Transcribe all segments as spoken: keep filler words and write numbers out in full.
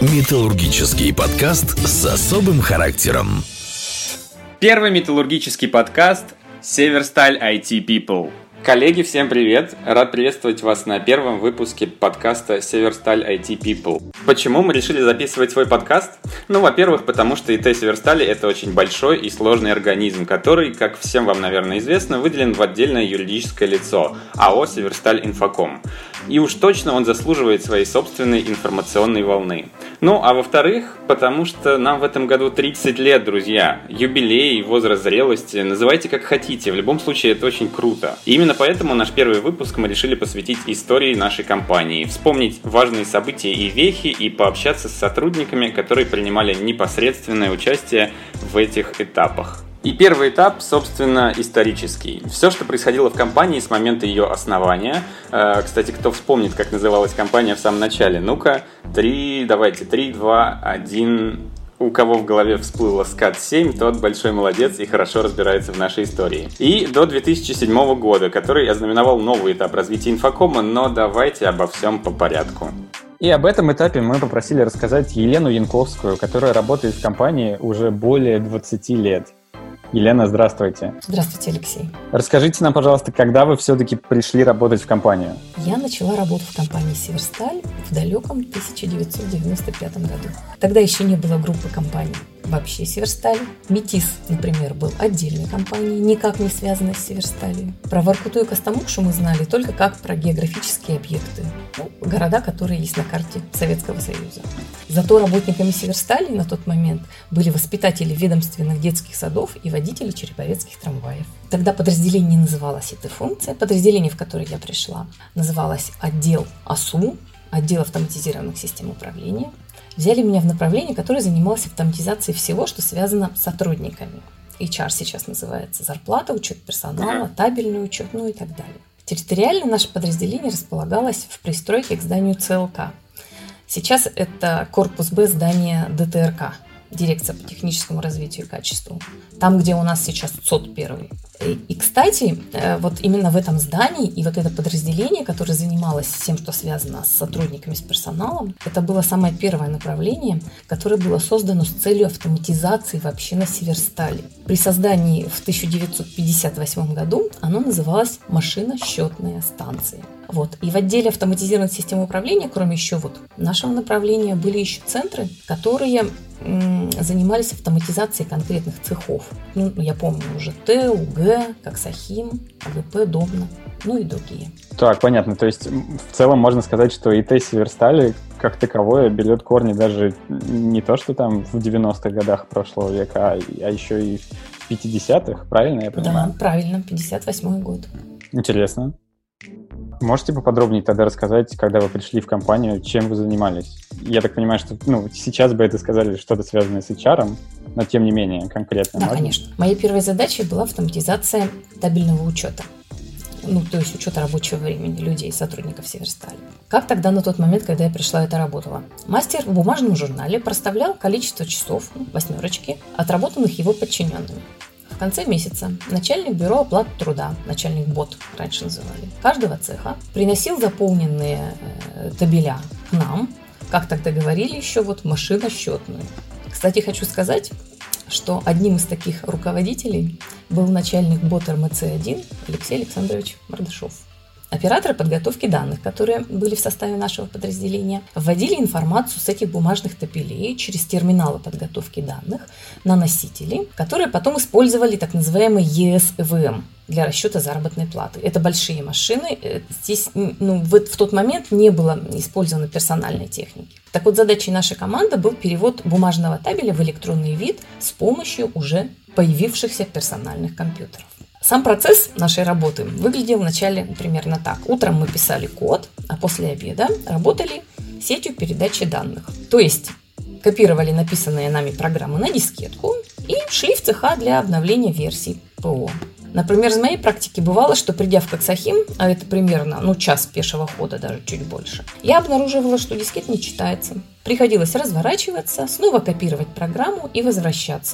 Металлургический подкаст с особым характером. Первый металлургический подкаст Северсталь ай ти People. Коллеги, всем привет! Рад приветствовать вас на первом выпуске подкаста Северсталь ай ти People. Почему мы решили записывать свой подкаст? Ну, во-первых, потому что ИТ Северстали — это очень большой и сложный организм, который, как всем вам, наверное, известно, выделен в отдельное юридическое лицо АО «Северсталь Инфоком». И уж точно он заслуживает своей собственной информационной волны. Ну, а во-вторых, потому что нам в этом году тридцать лет, друзья. Юбилей, возраст зрелости, называйте как хотите. В любом случае, это очень круто. И именно поэтому наш первый выпуск мы решили посвятить истории нашей компании. Вспомнить важные события и вехи и пообщаться с сотрудниками, которые принимали непосредственное участие в этих этапах. И первый этап, собственно, исторический. Все, что происходило в компании с момента ее основания. Кстати, кто вспомнит, как называлась компания в самом начале? Ну-ка, три, давайте, три, два, один... У кого в голове всплыло скат семь, тот большой молодец и хорошо разбирается в нашей истории. И до две тысячи седьмого года, который ознаменовал новый этап развития инфокома, но давайте обо всем по порядку. И об этом этапе мы попросили рассказать Елену Янковскую, которая работает в компании уже более двадцати лет. Елена, здравствуйте. Здравствуйте, Алексей. Расскажите нам, пожалуйста, когда вы все-таки пришли работать в компанию? Я начала работу в компании «Северсталь» в далеком тысяча девятьсот девяносто пятом году. Тогда еще не было группы компаний вообще «Северсталь». Метис, например, был отдельной компанией, никак не связанной с «Северсталью». Про Воркуту и Костомукшу мы знали только как про географические объекты, ну, города, которые есть на карте Советского Союза. Зато работниками «Северстали» на тот момент были воспитатели ведомственных детских садов и водители череповецких трамваев. Тогда подразделение называлось «ай ти-функция», подразделение, в которое я пришла, называлось отдел АСУ, отдел автоматизированных систем управления. Взяли меня в направление, которое занималось автоматизацией всего, что связано с сотрудниками. эйч ар сейчас называется зарплата, учет персонала, табельный учет, ну и так далее. Территориально наше подразделение располагалось в пристройке к зданию цэ эл ка. Сейчас это корпус Б здания дэ тэ эр ка, дирекция по техническому развитию и качеству. Там, где у нас сейчас ЦОД первый. И, и, кстати, вот именно в этом здании и вот это подразделение, которое занималось тем, что связано с сотрудниками, с персоналом, это было самое первое направление, которое было создано с целью автоматизации вообще на Северстале. При создании в тысяча девятьсот пятьдесят восьмом году оно называлось «Машиносчетная станция». Вот. И в отделе автоматизированных систем управления, кроме еще вот нашего направления, были еще центры, которые м, занимались автоматизацией конкретных цехов. Ну, я помню уже Т, УГ, Коксахим, АГП, Домна, ну и другие. Так, понятно. То есть в целом можно сказать, что ИТ Северстали как таковое берет корни даже не то, что там в девяностых годах прошлого века, а, а еще и в пятидесятых, правильно я понимаю? Да, правильно, пятьдесят восьмой год. Интересно. Можете поподробнее тогда рассказать, когда вы пришли в компанию, чем вы занимались? Я так понимаю, что ну, сейчас бы это сказали что-то связанное с эйч ар, но тем не менее конкретно. Да, можно? Конечно. Моей первой задачей была автоматизация табельного учета. Ну, то есть учета рабочего времени людей, сотрудников Северстали. Как тогда на тот момент, когда я пришла, это работало? Мастер в бумажном журнале проставлял количество часов, ну, восьмерочки, отработанных его подчиненными. В конце месяца начальник бюро оплаты труда, начальник БОТ раньше называли, каждого цеха приносил заполненные э, табеля к нам, как тогда говорили еще, вот машиносчетную. Кстати, хочу сказать, что одним из таких руководителей был начальник БОТ эр эм цэ один Алексей Александрович Мордашов. Операторы подготовки данных, которые были в составе нашего подразделения, вводили информацию с этих бумажных табелей через терминалы подготовки данных на носители, которые потом использовали так называемый и эс эв эм для расчета заработной платы. Это большие машины. Здесь ну, в, в тот момент не было использовано персональной техники. Так вот, задачей нашей команды был перевод бумажного табеля в электронный вид с помощью уже появившихся персональных компьютеров. Сам процесс нашей работы выглядел вначале примерно так. Утром мы писали код, а после обеда работали сетью передачи данных. То есть копировали написанные нами программы на дискетку и шли в цеха для обновления версий ПО. Например, из моей практики бывало, что придя в Коксахим, а это примерно ну, час пешего хода, даже чуть больше, я обнаруживала, что дискет не читается. Приходилось разворачиваться, снова копировать программу и возвращаться.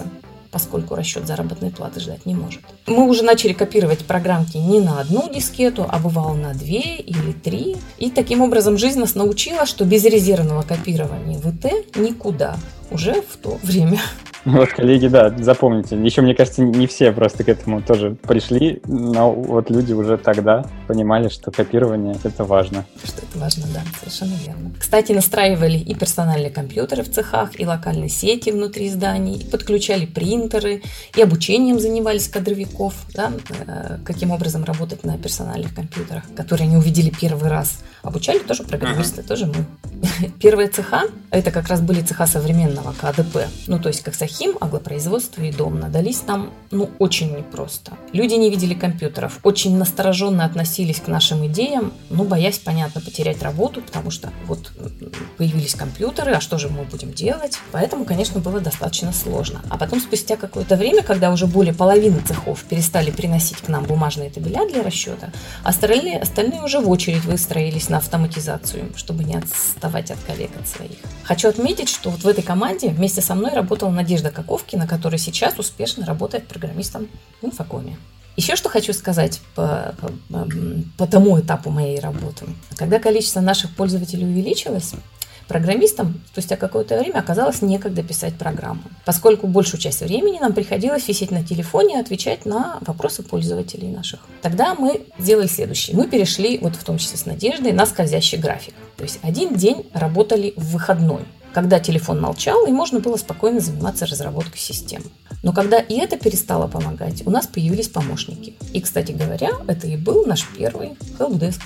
поскольку расчет заработной платы ждать не может. Мы уже начали копировать программки не на одну дискету, а бывало на две или три. И таким образом жизнь нас научила, что без резервного копирования вэ тэ никуда уже в то время. Вот, коллеги, да, запомните. Еще, мне кажется, не все просто к этому тоже пришли, но вот люди уже тогда понимали, что копирование — это важно. Что это важно, да, совершенно верно. Кстати, настраивали и персональные компьютеры в цехах, и локальные сети внутри зданий, и подключали принтеры, и обучением занимались кадровиков, да, каким образом работать на персональных компьютерах, которые они увидели первый раз. Обучали тоже программисты, uh-huh. тоже мы. Первые цеха, это как раз были цеха современного ка дэ пэ, ну, то есть как Сахим, аглопроизводство и Домна, дались нам, ну, очень непросто. Люди не видели компьютеров, очень настороженно относились к нашим идеям, ну, боясь, понятно, потерять работу, потому что вот появились компьютеры, а что же мы будем делать? Поэтому, конечно, было достаточно сложно. А потом, спустя какое-то время, когда уже более половины цехов перестали приносить к нам бумажные табеля для расчета, остальные, остальные уже в очередь выстроились на автоматизацию, чтобы не отставать от коллег от своих. Хочу отметить, что вот в этой команде вместе со мной работала Надежда Каковкина, которая сейчас успешно работает программистом в Инфокоме. Еще что хочу сказать по, по, по тому этапу моей работы. Когда количество наших пользователей увеличилось, программистам спустя какое-то время оказалось некогда писать программу, поскольку большую часть времени нам приходилось висеть на телефоне и отвечать на вопросы пользователей наших. Тогда мы сделали следующее. Мы перешли, вот в том числе с Надеждой, на скользящий график. То есть один день работали в выходной, когда телефон молчал, и можно было спокойно заниматься разработкой систем. Но когда и это перестало помогать, у нас появились помощники. И, кстати говоря, это и был наш первый helpdesk.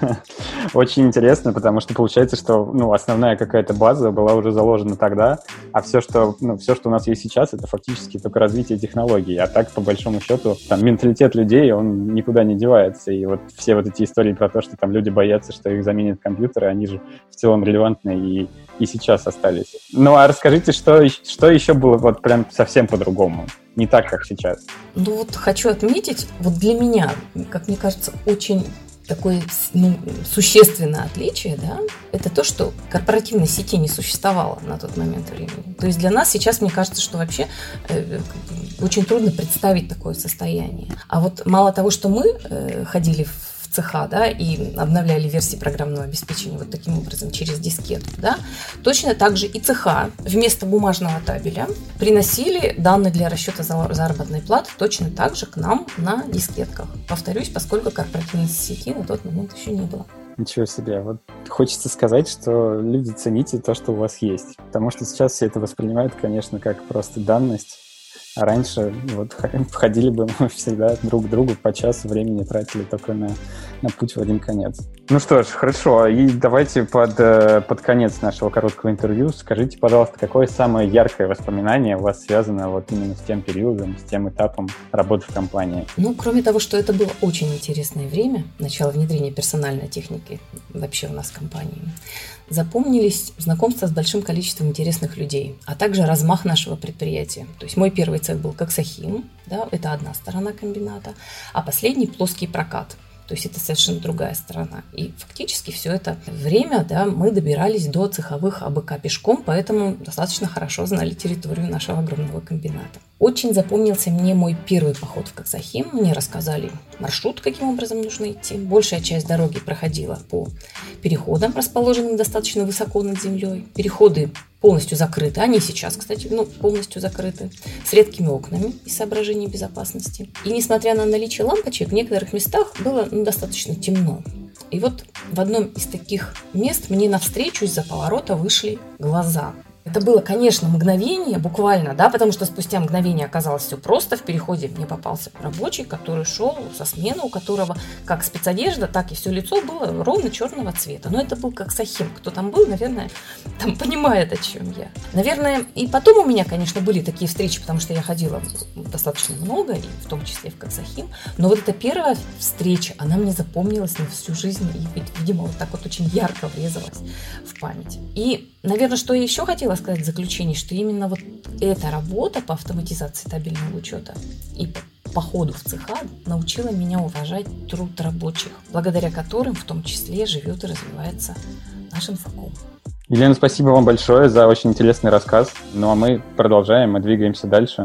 Очень интересно, потому что получается, что ну, основная какая-то база была уже заложена тогда, а все, что, ну, все, что у нас есть сейчас, это фактически только развитие технологий. А так, по большому счету, там, менталитет людей, он никуда не девается. И вот все вот эти истории про то, что там люди боятся, что их заменят компьютеры, они же в целом релевантны и, и сейчас остались. Ну, а расскажите, что, что еще было вот прям совсем по-другому? Не так, как сейчас. Ну, вот хочу отметить, вот для меня, как мне кажется, очень такое ну, существенное отличие, да, это то, что корпоративной сети не существовало на тот момент времени. То есть для нас сейчас, мне кажется, что вообще э, очень трудно представить такое состояние. А вот мало того, что мы э, ходили в цеха, да, и обновляли версии программного обеспечения вот таким образом через дискету, да, точно так же и цеха вместо бумажного табеля приносили данные для расчета заработной платы точно так же к нам на дискетках. Повторюсь, поскольку корпоративной сети на тот момент еще не было. Ничего себе. Вот хочется сказать, что люди, цените то, что у вас есть. Потому что сейчас все это воспринимают, конечно, как просто данность. А раньше вот ходили бы мы всегда друг к другу по часу, времени тратили только на, на путь в один конец. Ну что ж, хорошо. И давайте под, под конец нашего короткого интервью скажите, пожалуйста, какое самое яркое воспоминание у вас связано вот именно с тем периодом, с тем этапом работы в компании? Ну, кроме того, что это было очень интересное время, начало внедрения персональной техники вообще у нас в компании, запомнились знакомства с большим количеством интересных людей, а также размах нашего предприятия. То есть мой первый цех был как Сахим, да, это одна сторона комбината, а последний плоский прокат. То есть это совершенно другая сторона. И фактически все это время, да, мы добирались до цеховых АБК пешком, поэтому достаточно хорошо знали территорию нашего огромного комбината. Очень запомнился мне мой первый поход в Коксахим. Мне рассказали маршрут, каким образом нужно идти. Большая часть дороги проходила по переходам, расположенным достаточно высоко над землей. Переходы полностью закрыты. Они сейчас, кстати, ну, полностью закрыты. С редкими окнами из соображений безопасности. И несмотря на наличие лампочек, в некоторых местах было ну, достаточно темно. И вот в одном из таких мест мне навстречу из-за поворота вышли глаза. Это было, конечно, мгновение, буквально, да, потому что спустя мгновение оказалось все просто. В переходе мне попался рабочий, который шел со смены, у которого как спецодежда, так и все лицо было ровно черного цвета. Но это был как Сахим. Кто там был, наверное, там понимает, о чем я. Наверное, и потом у меня, конечно, были такие встречи, потому что я ходила достаточно много, и в том числе в Коксахим. Но вот эта первая встреча, она мне запомнилась на всю жизнь и, видимо, вот так вот очень ярко врезалась в память. И, наверное, что я еще хотела сказать в заключении, что именно вот эта работа по автоматизации табельного учета и по, по ходу в цеха научила меня уважать труд рабочих, благодаря которым в том числе живет и развивается наш Инфоком. Елена, спасибо вам большое за очень интересный рассказ. Ну а мы продолжаем, мы двигаемся дальше.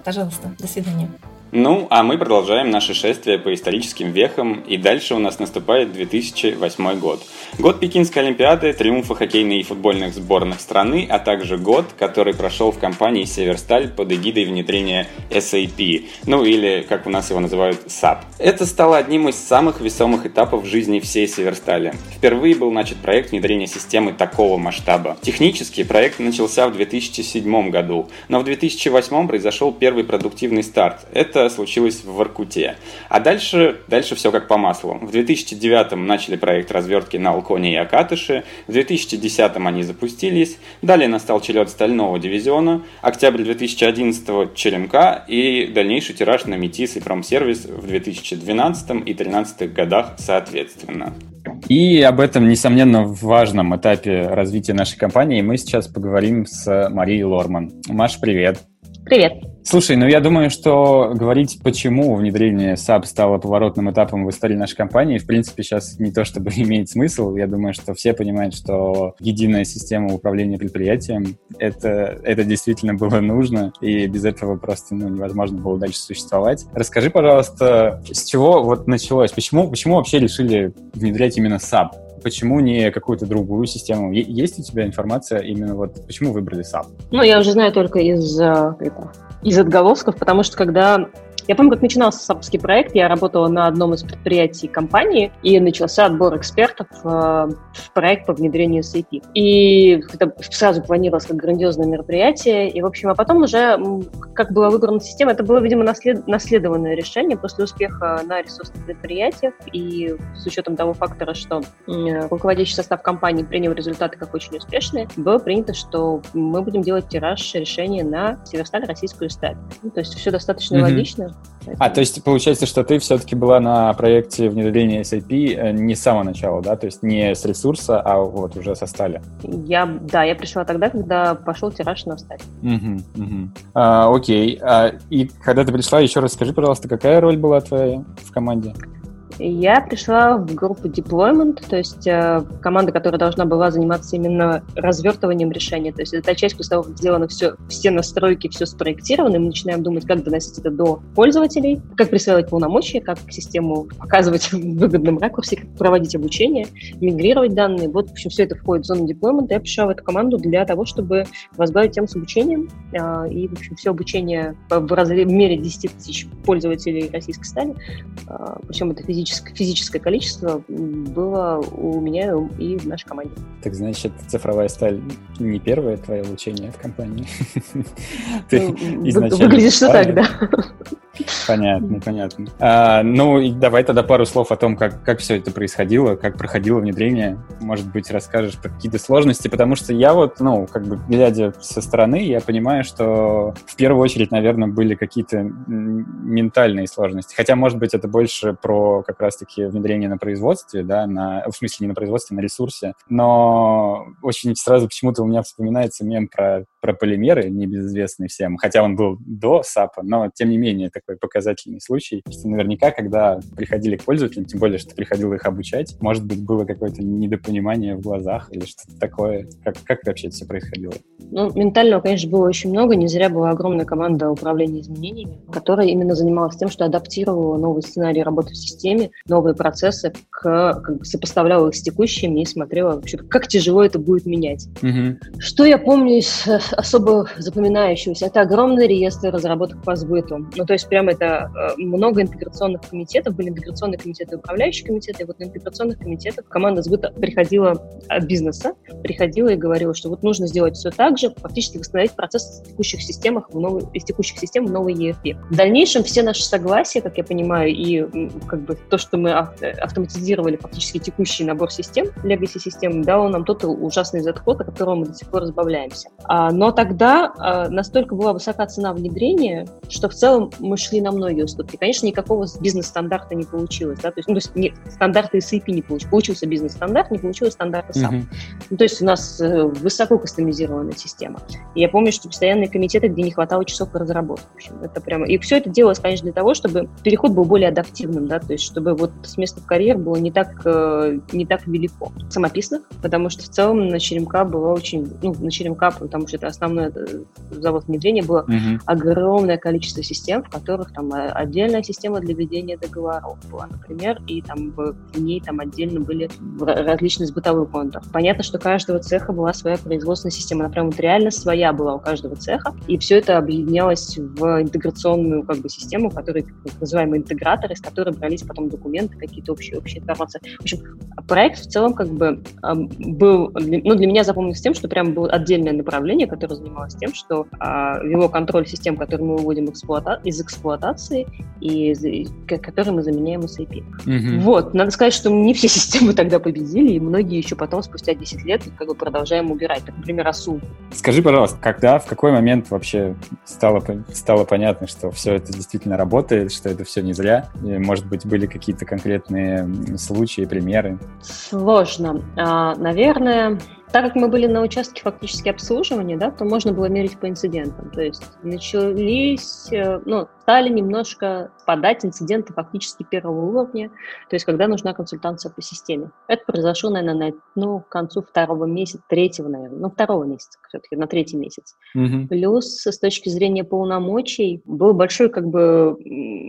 Пожалуйста, до свидания. Ну, а мы продолжаем наше шествие по историческим вехам, и дальше у нас наступает две тысячи восьмой год. Год Пекинской Олимпиады, триумфа хоккейной и футбольных сборных страны, а также год, который прошел в компании «Северсталь» под эгидой внедрения эс эй пи, ну или, как у нас его называют, сап. Это стало одним из самых весомых этапов в жизни всей «Северстали». Впервые был начат проект внедрения системы такого масштаба. Технически проект начался в две тысячи седьмом году, но в две тысячи восьмом произошел первый продуктивный старт. Это случилось в Воркуте. А дальше, дальше все как по маслу. В две тысячи девятом начали проект развертки на Алконе и Акатыше, в две тысячи десятом они запустились, далее настал черед стального дивизиона, октябрь две тысячи одиннадцатого Черемка и дальнейший тираж на Метис и Промсервис в две тысячи двенадцатом и две тысячи тринадцатом годах соответственно. И об этом, несомненно, важном этапе развития нашей компании мы сейчас поговорим с Марией Лорман. Маш, привет! Привет! Слушай, ну я думаю, что говорить, почему внедрение сап стало поворотным этапом в истории нашей компании, в принципе, сейчас не то чтобы имеет смысл. Я думаю, что все понимают, что единая система управления предприятием это, это действительно было нужно, и без этого просто ну, невозможно было дальше существовать. Расскажи, пожалуйста, с чего вот началось? Почему, почему вообще решили внедрять именно сап? Почему не какую-то другую систему? Есть у тебя информация именно вот почему выбрали сап? Ну, я уже знаю только из, это, из отголосков, потому что когда... Я помню, как начинался сапский проект, я работала на одном из предприятий компании, и начался отбор экспертов э, в проект по внедрению эс эй пи. И это сразу планировалось как грандиозное мероприятие, и, в общем, а потом уже, как была выбрана система, это было, видимо, наслед... наследованное решение после успеха на ресурсных предприятиях, и с учетом того фактора, что э, руководящий состав компании принял результаты как очень успешные, было принято, что мы будем делать тираж решения на Северсталь, российскую сталь. Ну, то есть все достаточно mm-hmm. логично. А, то есть получается, что ты все-таки была на проекте внедрения эс эй пи не с самого начала, да? То есть не с ресурса, а вот уже со стали. Я, да, я пришла тогда, когда пошел тираж на сталь. Угу, угу. А, окей. А, и когда ты пришла, еще раз скажи, пожалуйста, какая роль была твоя в команде? Я пришла в группу Deployment, то есть э, команда, которая должна была заниматься именно развертыванием решения. То есть это та часть, после того, как сделано все, все настройки, все спроектировано, мы начинаем думать, как доносить это до пользователей, как присваивать полномочия, как систему показывать в выгодном ракурсе, как проводить обучение, мигрировать данные. Вот, в общем, все это входит в зону Deployment. Я пришла в эту команду для того, чтобы возглавить тему с обучением. Э, и, в общем, все обучение в, разле- в мере десять тысяч пользователей российской стали, э, причем это физически физическое количество было у меня и в нашей команде. Так значит, цифровая сталь не первое твое обучение в компании? Выглядит, что так, да. Понятно, понятно. А, ну, и давай тогда пару слов о том, как, как все это происходило, как проходило внедрение. Может быть, расскажешь про какие-то сложности, потому что я вот, ну, как бы глядя со стороны, я понимаю, что в первую очередь, наверное, были какие-то ментальные сложности. Хотя, может быть, это больше про как раз-таки внедрение на производстве, да, на, в смысле не на производстве, на ресурсе. Но очень сразу почему-то у меня вспоминается мем про, про полимеры, небезызвестный всем, хотя он был до сапа, но тем не менее такой показательный случай, что наверняка, когда приходили к пользователям, тем более, что приходило их обучать, может быть, было какое-то недопонимание в глазах или что-то такое. Как, как вообще это все происходило? Ну, ментального, конечно, было очень много. Не зря была огромная команда управления изменениями, которая именно занималась тем, что адаптировала новые сценарии работы в системе, новые процессы, к, как бы сопоставляла их с текущими и смотрела вообще, как тяжело это будет менять. Угу. Что я помню из особо запоминающегося? Это огромный реестр разработок по сбыту. Ну, то есть прямо это много интеграционных комитетов, были интеграционные комитеты, управляющие комитеты, и вот на интеграционных комитетах команда сбыта приходила от бизнеса, приходила и говорила, что вот нужно сделать все так же, фактически восстановить процесс в текущих системах, в новой, из текущих систем в новый и эр пи. В дальнейшем все наши согласия, как я понимаю, и как бы то, что мы автоматизировали фактически текущий набор систем, legacy-систем, дало нам тот ужасный Z-код, от которого мы до сих пор избавляемся. А, но тогда а, настолько была высока цена внедрения, что в целом мы шли на многие уступки. Конечно, никакого бизнес-стандарта не получилось, да, то есть, ну, то есть не, стандарта эс эй пи не получилось. Получился бизнес-стандарт, не получилось стандарта сап. Uh-huh. Ну, то есть у нас э, высоко кастомизированная система. И я помню, что постоянные комитеты, где не хватало часов по разработке. В общем, это прямо... И все это делалось, конечно, для того, чтобы переход был более адаптивным, да, то есть чтобы вот с места в карьер было не так, э, не так велико. Самописных, потому что в целом на Черемка было очень... Ну, на Черемка, потому что это основной завод внедрения, было uh-huh. огромное количество систем, в которых там отдельная система для ведения договоров была, например, и там в ней там отдельно были различные бытовой контур. Понятно, что у каждого цеха была своя производственная система, она прям вот реально своя была у каждого цеха, и все это объединялось в интеграционную как бы систему, которая, так называемые интеграторы, из которой брались потом документы, какие-то общие, общие информации. В общем, проект в целом как бы был, ну, для меня запомнился тем, что прям было отдельное направление, которое занималось тем, что а, вело контроль систем, которые мы выводим эксплуата- из эксплуатации и из, которые мы заменяем эс эй пи. Mm-hmm. Вот, надо сказать, что не все системы тогда победили, и многие еще потом, спустя десять лет, как бы продолжаем убирать. Так, например, АСУ. Скажи, пожалуйста, когда, в какой момент вообще стало, стало понятно, что все это действительно работает, что это все не зря? И, может быть, были какие-то конкретные случаи, примеры? Сложно. А, наверное... Так как мы были на участке фактически обслуживания, да, то можно было мерить по инцидентам. То есть начались, ну, стали немножко спадать инциденты фактически первого уровня, то есть когда нужна консультация по системе. Это произошло, наверное, на, ну, к концу второго месяца, третьего, наверное, ну, второго месяца, все-таки, на третий месяц. Mm-hmm. Плюс с точки зрения полномочий был большой, как бы,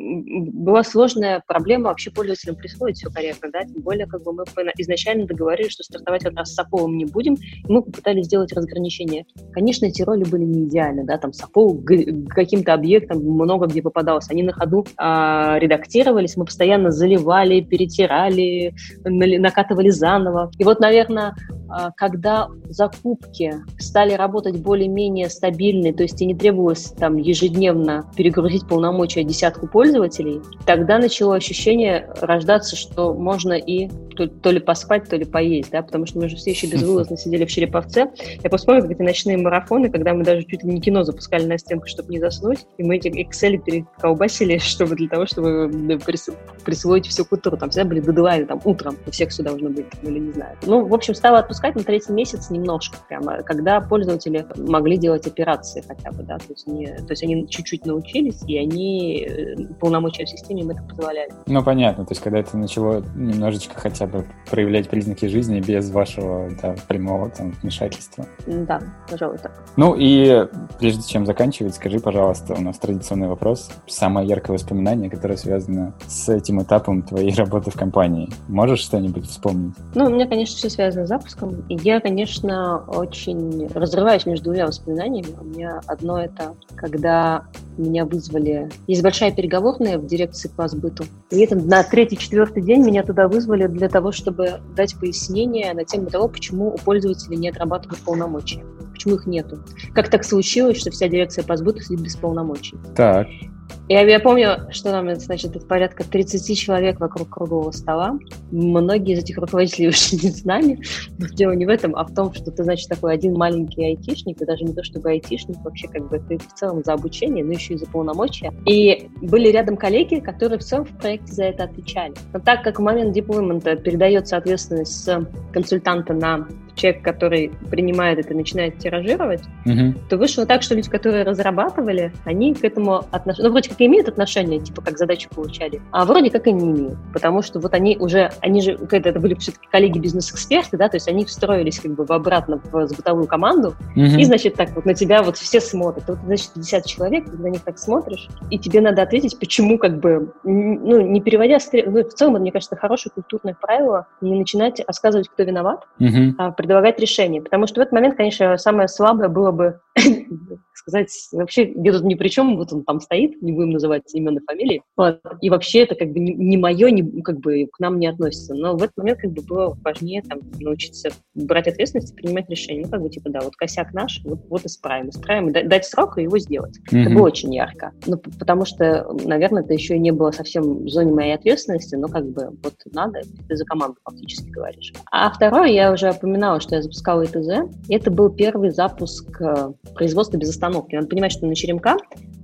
была сложная проблема вообще пользователям присвоить все корректно, да, тем более, как бы мы изначально договорились, что стартовать как раз с САПовым не будем, и мы попытались сделать разграничение. Конечно, эти роли были не идеальны, да, там САПов к каким-то объектам много где попадалось, они на ходу а, редактировались, мы постоянно заливали, перетирали, накатывали заново. И вот, наверное, а, когда закупки стали работать более-менее стабильно, то есть и не требовалось там ежедневно перегрузить полномочия десятку пользователей, тогда начало ощущение рождаться, что можно и то, то ли поспать, то ли поесть, да, потому что мы же все еще безвылазно сидели в Череповце. Я просто помню, как эти ночные марафоны, когда мы даже чуть ли не кино запускали на стенку, чтобы не заснуть, и мы эти Excel переколбасили, чтобы для того, чтобы прис... присвоить все к утру. Там всегда были дедлайны, там, утром у всех все должно быть, или не знаю. Ну, в общем, стало отпускать на третий месяц немножко прямо, когда пользователи могли делать операции хотя бы, да, то есть, не... то есть они чуть-чуть научились, и они полномочия в системе им это позволяли. Ну, понятно, то есть когда это начало немножечко хотя бы проявлять признаки жизни без вашего, да, прямого там вмешательства. Да, пожалуй, так. Ну и прежде чем заканчивать, скажи, пожалуйста, у нас традиционный вопрос. Самое яркое воспоминание, которое связано с этим этапом твоей работы в компании. Можешь что-нибудь вспомнить? Ну, у меня, конечно, все связано с запуском. И я, конечно, очень разрываюсь между двумя воспоминаниями. У меня одно это, когда меня вызвали... Есть большая переговорная в дирекции по сбыту. И это на третий-четвертый день меня туда вызвали для того, чтобы дать пояснение на тему того, почему у пользователей не отрабатывают полномочия. Почему их нету? Как так случилось, что вся дирекция по сбыту сидит без полномочий? Так. Я, я помню, что там, значит, порядка тридцать человек вокруг круглого стола. Многие из этих руководителей ушли не с нами. Но дело не в этом, а в том, что ты, значит, такой один маленький айтишник, и даже не то чтобы айтишник, вообще как бы ты в целом за обучение, но еще и за полномочия. И были рядом коллеги, которые в целом в проекте за это отвечали. Но так как в момент деплоймента передается ответственность с консультанта на человек, который принимает это и начинает тиражировать, uh-huh. то вышло так, что люди, которые разрабатывали, они к этому отношения, ну, вроде как и имеют отношение, типа, как задачу получали, а вроде как и не имеют, потому что вот они уже, они же, это, это были все-таки коллеги бизнес-эксперты, да, то есть они встроились как бы в обратно в бытовую команду, uh-huh. и, значит, так вот на тебя вот все смотрят, вот, значит, десять человек, ты на них так смотришь, и тебе надо ответить, почему, как бы, ну, не переводя, ну, в целом, мне кажется, хорошее культурное правило, не начинать рассказывать, кто виноват, uh-huh. а предлагать решение. Потому что в этот момент, конечно, самое слабое было бы сказать, вообще, где тут ни при чем, вот он там стоит, не будем называть имен и фамилии, вот, и вообще это как бы не, не мое, не, как бы к нам не относится. Но в этот момент как бы было важнее там научиться брать ответственность и принимать решения. Ну, как бы, типа, да, вот косяк наш, вот, вот исправим, исправим, и дать срок и его сделать. Mm-hmm. Это было очень ярко. Ну, потому что, наверное, это еще и не было совсем в зоне моей ответственности, но как бы вот надо, ты за команду фактически говоришь. А второе, я уже упоминала, что я запускала ИТЗ, и это был первый запуск производства без остановки. Надо понимать, что на Черемка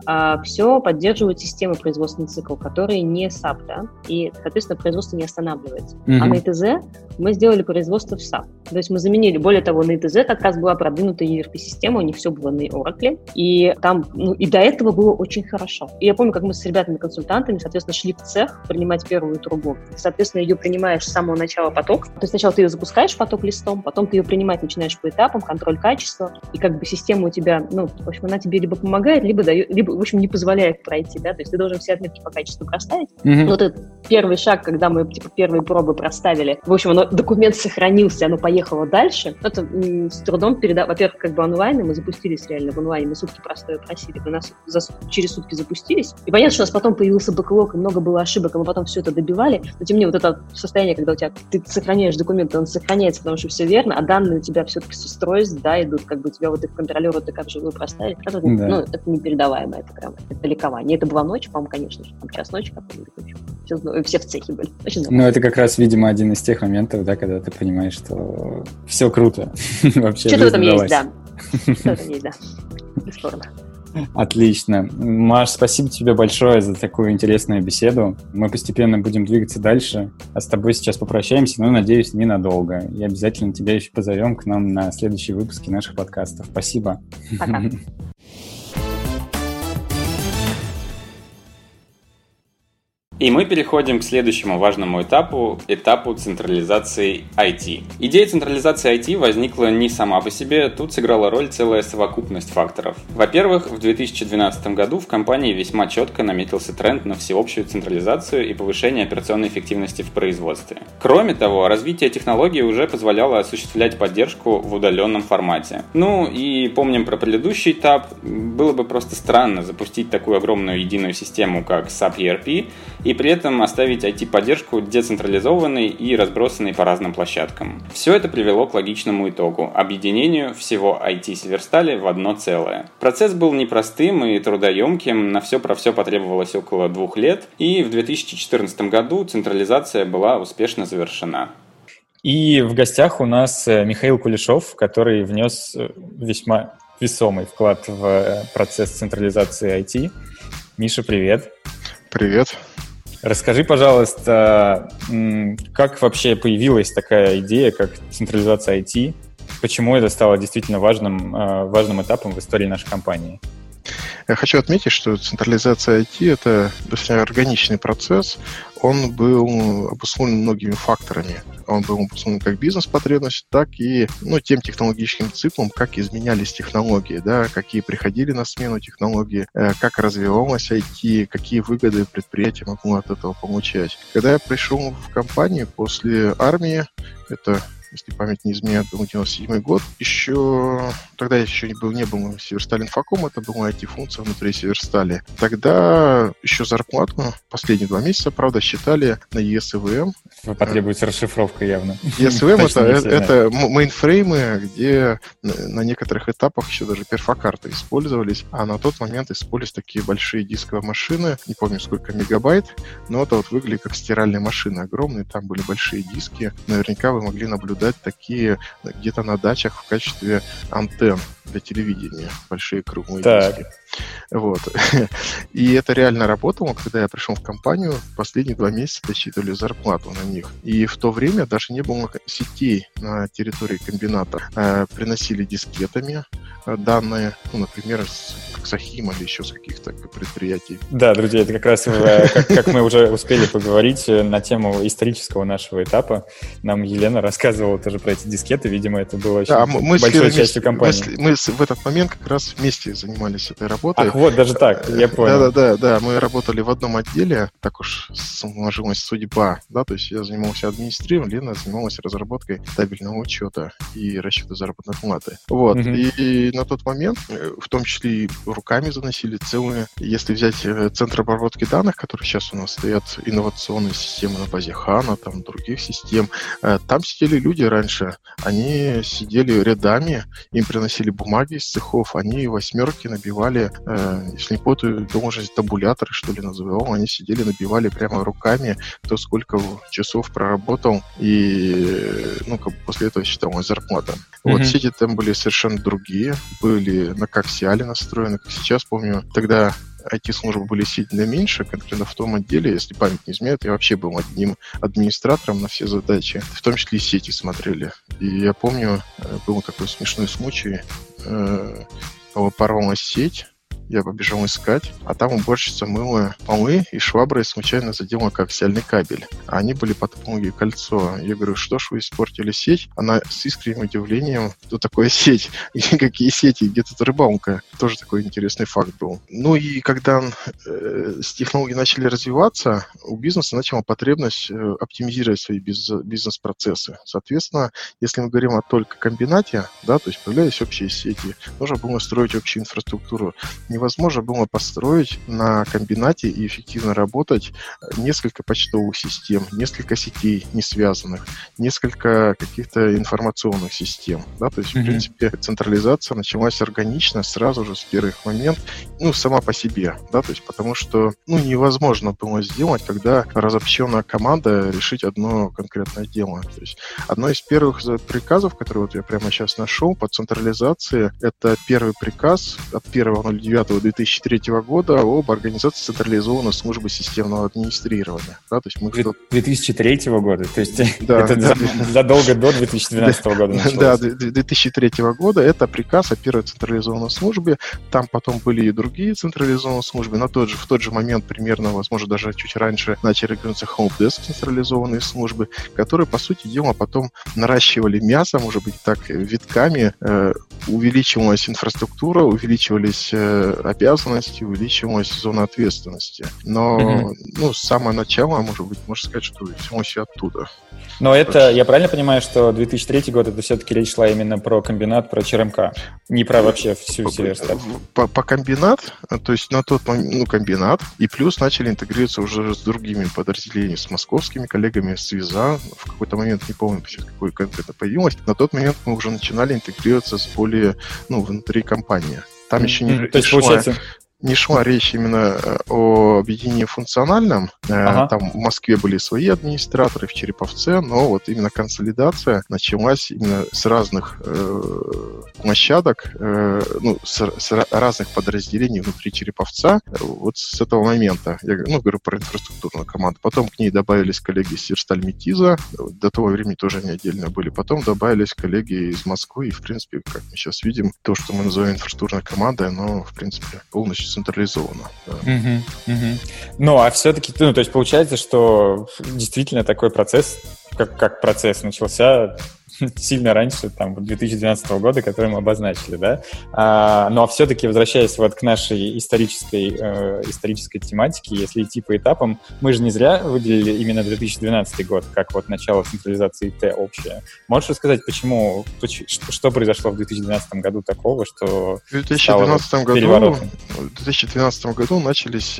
а, все поддерживают системы производственный цикл, которые не сап, да, и, соответственно, производство не останавливается. Mm-hmm. А на ИТЗ мы сделали производство в сап. То есть мы заменили, более того, на ИТЗ как раз была продвинутая и эр пи-система, у них все было на Oracle, и там, ну, и до этого было очень хорошо. И я помню, как мы с ребятами-консультантами, соответственно, шли в цех принимать первую трубу. Соответственно, ее принимаешь с самого начала поток. То есть сначала ты ее запускаешь поток листом, потом ты ее принимать начинаешь по этапам, контроль качества, и как бы система у тебя, ну, в общем, она тебе либо помогает, либо дает, либо, в общем, не позволяет пройти, да, то есть ты должен все отметки по качеству проставить. Mm-hmm. Вот этот первый шаг, когда мы, типа, первые пробы проставили, в общем, оно, документ сохранился, оно поехало дальше, это м, с трудом передав, во-первых, как бы онлайн, мы запустились реально в онлайне, мы сутки простое просили, мы нас за, через сутки запустились, и понятно, что у нас потом появился бэклог, и много было ошибок, и мы потом все это добивали, но тем не менее вот это состояние, когда у тебя, ты сохраняешь документ, он сохраняется, потому что все верно, а данные у тебя все-таки с устройств, да, идут, как бы у тебя вот их контролеры, ты как живую проставили, это, да. Ну, это непередаваемо, это прям, это ликование. Это была ночь, по-моему, конечно же, там час ночи, как-нибудь, все, все в цехе были. Очень ну, это как раз, видимо, один из тех моментов, да, когда ты понимаешь, что все круто. Вообще что-то в этом есть, да. Что-то в этом есть, да. Бесспорно. Отлично. Маш, спасибо тебе большое за такую интересную беседу. Мы постепенно будем двигаться дальше, а с тобой сейчас попрощаемся, но, надеюсь, ненадолго. И обязательно тебя еще позовем к нам на следующие выпуски наших подкастов. Спасибо. Пока. И мы переходим к следующему важному этапу, этапу централизации ай ти. Идея централизации ай ти возникла не сама по себе, тут сыграла роль целая совокупность факторов. Во-первых, в две тысячи двенадцатом году в компании весьма четко наметился тренд на всеобщую централизацию и повышение операционной эффективности в производстве. Кроме того, развитие технологий уже позволяло осуществлять поддержку в удаленном формате. Ну и помним про предыдущий этап, было бы просто странно запустить такую огромную единую систему, как сап и эр пи, и при этом оставить ай ти-поддержку децентрализованной и разбросанной по разным площадкам. Все это привело к логичному итогу – объединению всего ай ти-Северстали в одно целое. Процесс был непростым и трудоемким, на все про все потребовалось около двух лет, и в две тысячи четырнадцатом году централизация была успешно завершена. И в гостях у нас Михаил Кулешов, который внес весьма весомый вклад в процесс централизации ай ти. Миша, привет. Привет. Расскажи, пожалуйста, как вообще появилась такая идея, как централизация ай ти? Почему это стало действительно важным, важным этапом в истории нашей компании? Я хочу отметить, что централизация ай ти – это достаточно органичный процесс. Он был обусловлен многими факторами. Он был обусловлен как бизнес-потребностью, так и ну, тем технологическим циклом, как изменялись технологии, да, какие приходили на смену технологии, как развивалась ай ти, какие выгоды предприятие могло от этого получать. Когда я пришел в компанию после армии, это, если память не изменяет, был девяносто седьмой год, еще тогда я еще не был, не был Северсталь Инфоком, это была ай ти-функция внутри Северстали. Тогда еще зарплату последние два месяца, правда, считали на и эс и ви эм. Потребуется расшифровка явно. и эс и ви эм это, это мейнфреймы, где на некоторых этапах еще даже перфокарты использовались, а на тот момент использовались такие большие дисковые машины, не помню сколько мегабайт, но это вот выглядит как стиральные машины огромные, там были большие диски, наверняка вы могли наблюдать такие где-то на дачах в качестве антенн для телевидения, большие круглые так. диски. Вот. И это реально работало, когда я пришел в компанию, последние два месяца досчитывали зарплату на них. И в то время даже не было сетей на территории комбината. Приносили дискетами данные, ну, например, с Сахима или еще с каких-то предприятий. Да, друзья, это как раз, как, как мы уже успели поговорить на тему исторического нашего этапа. Нам Елена рассказывала тоже про эти дискеты, видимо, это было очень да, мы большой частью компании. Мы, мы в этот момент как раз вместе занимались этой работой. Ах, вот, даже так, я понял. Да-да-да, да, мы работали в одном отделе, так уж сложилась судьба, да, то есть я занимался администрированием, Лена занималась разработкой табельного учета и расчета заработной платы. Вот, mm-hmm. и, и на тот момент, в том числе и руками заносили целые, если взять центр обработки данных, которые сейчас у нас стоят, инновационные системы на базе Хана, там, других систем, там сидели люди раньше, они сидели рядами, им приносили бумаги из цехов, они восьмерки набивали, если не путаю, должность табуляторы, что ли, называл, они сидели, набивали прямо руками, кто сколько часов проработал, и, ну, как бы после этого считалась зарплата. Mm-hmm. Вот, сети там были совершенно другие, были на Coaxial настроены, как сейчас помню, тогда ай ти-службы были сильно меньше, конкретно в том отделе, если память не изменяет, я вообще был одним администратором на все задачи, в том числе и сети смотрели. И я помню, был такой смешной случай, порвалась сеть, я побежал искать, а там уборщица мыла полы и шваброй случайно задела коаксиальный кабель. А они были под пологое кольцо. Я говорю, что ж вы испортили сеть? Она с искренним удивлением, что такое сеть? И какие сети? Где тут рыбалка? Тоже такой интересный факт был. Ну и когда э, технологии начали развиваться, у бизнеса начала потребность э, оптимизировать свои бизнес-процессы. Соответственно, если мы говорим о только комбинате, да, то есть появлялись общие сети, нужно было строить общую инфраструктуру. Невозможно было построить на комбинате и эффективно работать несколько почтовых систем, несколько сетей не связанных, несколько каких-то информационных систем. Да? То есть, mm-hmm. в принципе, централизация началась органично сразу же с первых моментов, ну, сама по себе, да, то есть, потому что, ну, невозможно было сделать, когда разобщенная команда решить одно конкретное дело. То есть, одно из первых приказов, которые вот я прямо сейчас нашел по централизации, это первый приказ от первого ноль девятого две тысячи третьего года об организации централизованной службы системного администрирования. Да, то есть мы две тысячи третьего года? То есть да, это да, задолго до две тысячи двенадцатого года началось? Да, две тысячи третьего года это приказ о первой централизованной службе. Там потом были и другие централизованные службы. На тот же, в тот же момент примерно, возможно, даже чуть раньше начали регулироваться helpdesk централизованные службы, которые, по сути дела, потом наращивали мясо, может быть, так, витками, э, увеличивалась инфраструктура, увеличивались э, обязанности, увеличивалась зона ответственности. Но mm-hmm. ну, с самого начала, может быть, можно сказать, что все все оттуда. Но это, я правильно понимаю, что две тысячи третий год, это все-таки речь шла именно про комбинат, про ЧРМК, не про вообще всю Северсталь? По, по комбинат, то есть на тот момент, ну, комбинат, и плюс начали интегрироваться уже с другими подразделениями, с московскими коллегами, с Виза, в какой-то момент, не помню, какой конкретно появилось, на тот момент мы уже начинали интегрироваться с более, ну, внутри компании. Там еще не, mm-hmm. То есть, шла, получается... не шла речь именно о объединении функциональном. Ага. Там в Москве были свои администраторы, в Череповце, но вот именно консолидация началась именно с разных э, площадок, э, ну, с, с разных подразделений внутри Череповца. Вот с этого момента. Я ну, говорю про инфраструктурную команду. Потом к ней добавились коллеги из Северсталь Метиза. До того времени тоже они отдельно были. Потом добавились коллеги из Москвы. И, в принципе, как мы сейчас видим, то, что мы называем инфраструктурной командой, оно, в принципе, полностью централизовано. Да. Uh-huh, uh-huh. Ну, а все-таки, ну, то есть получается, что действительно такой процесс, как, как процесс начался сильно раньше, там, две тысячи двенадцатого года, который мы обозначили, да? А, но все-таки, возвращаясь вот к нашей исторической, э, исторической тематике, если идти по этапам, мы же не зря выделили именно две тысячи двенадцатый год, как вот начало централизации ИТ общее. Можешь рассказать, почему, что произошло в две тысячи двенадцатом году такого, что в две тысячи двенадцатом году, в две тысячи двенадцатом году начались,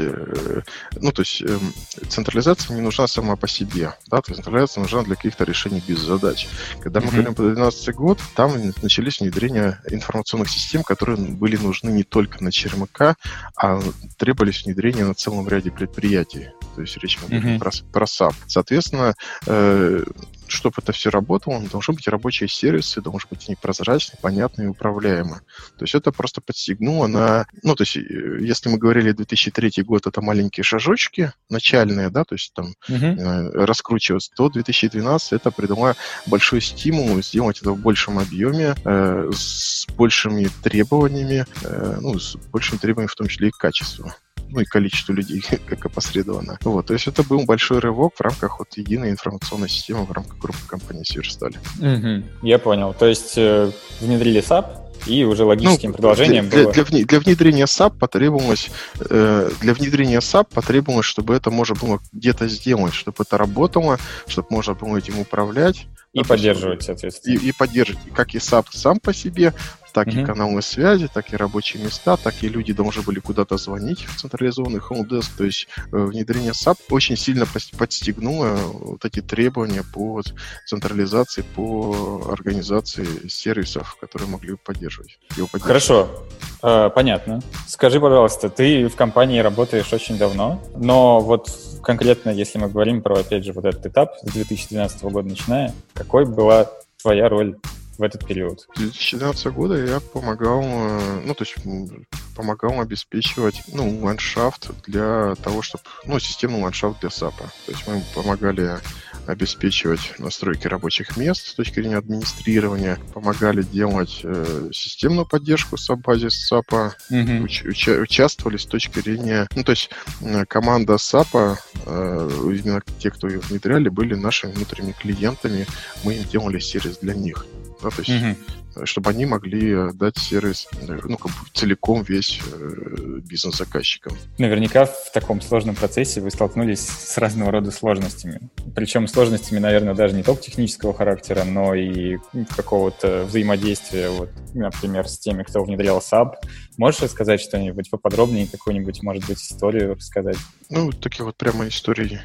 ну, то есть централизация не нужна сама по себе, да, централизация нужна для каких-то решений без задач. Когда мы говорим про две тысячи двенадцатый год, там начались внедрения информационных систем, которые были нужны не только на ЧРМК, а требовались внедрения на целом ряде предприятий. То есть речь мы говорим mm-hmm. про, про САП. Соответственно, э, чтобы это все работало, должны быть рабочие сервисы, должны быть они прозрачные, понятные и управляемые. То есть это просто подстегнуло на... Ну, то есть если мы говорили две тысячи третий год, это маленькие шажочки начальные, да, то есть там mm-hmm. э, раскручиваться, то две тысячи двенадцатый это придало большой стимул сделать это в большем объеме, э, с большими требованиями, э, ну, с большими требованиями в том числе и к качеству. Ну и количество людей, как опосредованно. Вот, то есть это был большой рывок в рамках вот единой информационной системы в рамках группы компании Северсталь. Угу, я понял. То есть э, внедрили САП, и уже логическим ну, продолжением для, было... Для, для, для внедрения САП потребовалось, э, для внедрения САП потребовалось, чтобы это можно было где-то сделать, чтобы это работало, чтобы можно было этим управлять. И да, поддерживать, соответственно. И, и поддерживать, как и САП сам по себе, так mm-hmm. и каналы связи, так и рабочие места, так и люди должны были куда-то звонить в централизованный helpdesk. То есть э, внедрение САП очень сильно подстегнуло вот эти требования по централизации, по организации сервисов, которые могли поддерживать. Его поддерживать. Хорошо, э, понятно. Скажи, пожалуйста, ты в компании работаешь очень давно, но вот конкретно, если мы говорим про, опять же, вот этот этап с две тысячи двенадцатого года начиная, какой была твоя роль в этот период? С две тысячи двенадцатого года я помогал, ну, то есть помогал обеспечивать, ну, ландшафт для того, чтобы, ну, системный ландшафт для сапа. То есть мы помогали обеспечивать настройки рабочих мест с точки зрения администрирования, помогали делать э, системную поддержку саб-базис сапа, mm-hmm. уч- уча- участвовали с точки зрения... Ну, то есть э, команда сапа, э, именно те, кто ее внедряли, были нашими внутренними клиентами, мы им делали сервис для них. Да, то есть, mm-hmm. чтобы они могли дать сервис, ну, как бы целиком весь э, бизнес-заказчикам. Наверняка в таком сложном процессе вы столкнулись с разного рода сложностями. Причем сложностями, наверное, даже не только технического характера, но и какого-то взаимодействия, вот, например, с теми, кто внедрял саб. Можешь рассказать что-нибудь поподробнее, какую-нибудь, может быть, историю рассказать? Ну, такие вот прямо истории